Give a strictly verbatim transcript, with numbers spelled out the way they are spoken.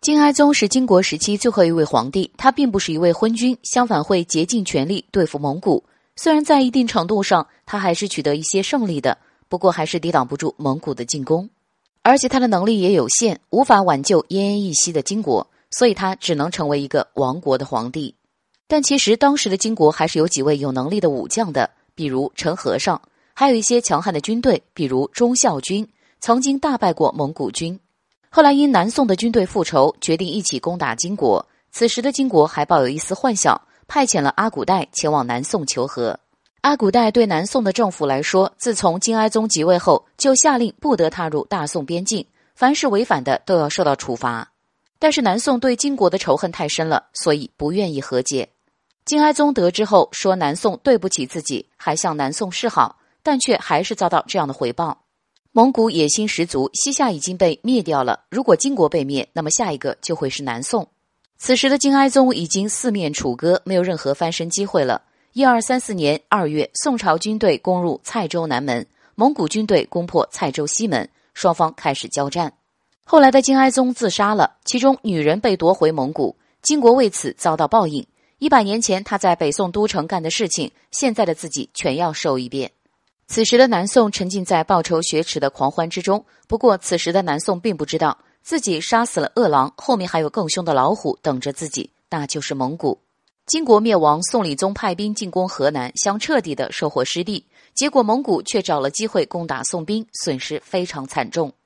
金哀宗是金国时期最后一位皇帝，他并不是一位昏君，相反会竭尽全力对付蒙古。虽然在一定程度上他还是取得一些胜利的，不过还是抵挡不住蒙古的进攻，而且他的能力也有限，无法挽救奄奄一息的金国，所以他只能成为一个亡国的皇帝。但其实当时的金国还是有几位有能力的武将的，比如陈和尚，还有一些强悍的军队，比如忠孝军，曾经大败过蒙古军。后来因南宋的军队复仇，决定一起攻打金国。此时的金国还抱有一丝幻想，派遣了阿骨戴前往南宋求和。阿骨戴对南宋的政府来说，自从金哀宗即位后，就下令不得踏入大宋边境，凡是违反的都要受到处罚。但是南宋对金国的仇恨太深了，所以不愿意和解。金哀宗得知后说南宋对不起自己，还向南宋示好，但却还是遭到这样的回报。蒙古野心十足，西夏已经被灭掉了，如果金国被灭，那么下一个就会是南宋。此时的金哀宗已经四面楚歌，没有任何翻身机会了。一二三四年二月，宋朝军队攻入蔡州南门，蒙古军队攻破蔡州西门，双方开始交战。后来的金哀宗自杀了，其中女人被夺回蒙古，金国为此遭到报应。一百年前他在北宋都城干的事情，现在的自己全要受一遍。此时的南宋沉浸在报仇雪耻的狂欢之中，不过此时的南宋并不知道，自己杀死了恶狼，后面还有更凶的老虎等着自己，那就是蒙古。金国灭亡，宋理宗派兵进攻河南，想彻底的收获失地，结果蒙古却找了机会攻打宋兵，损失非常惨重。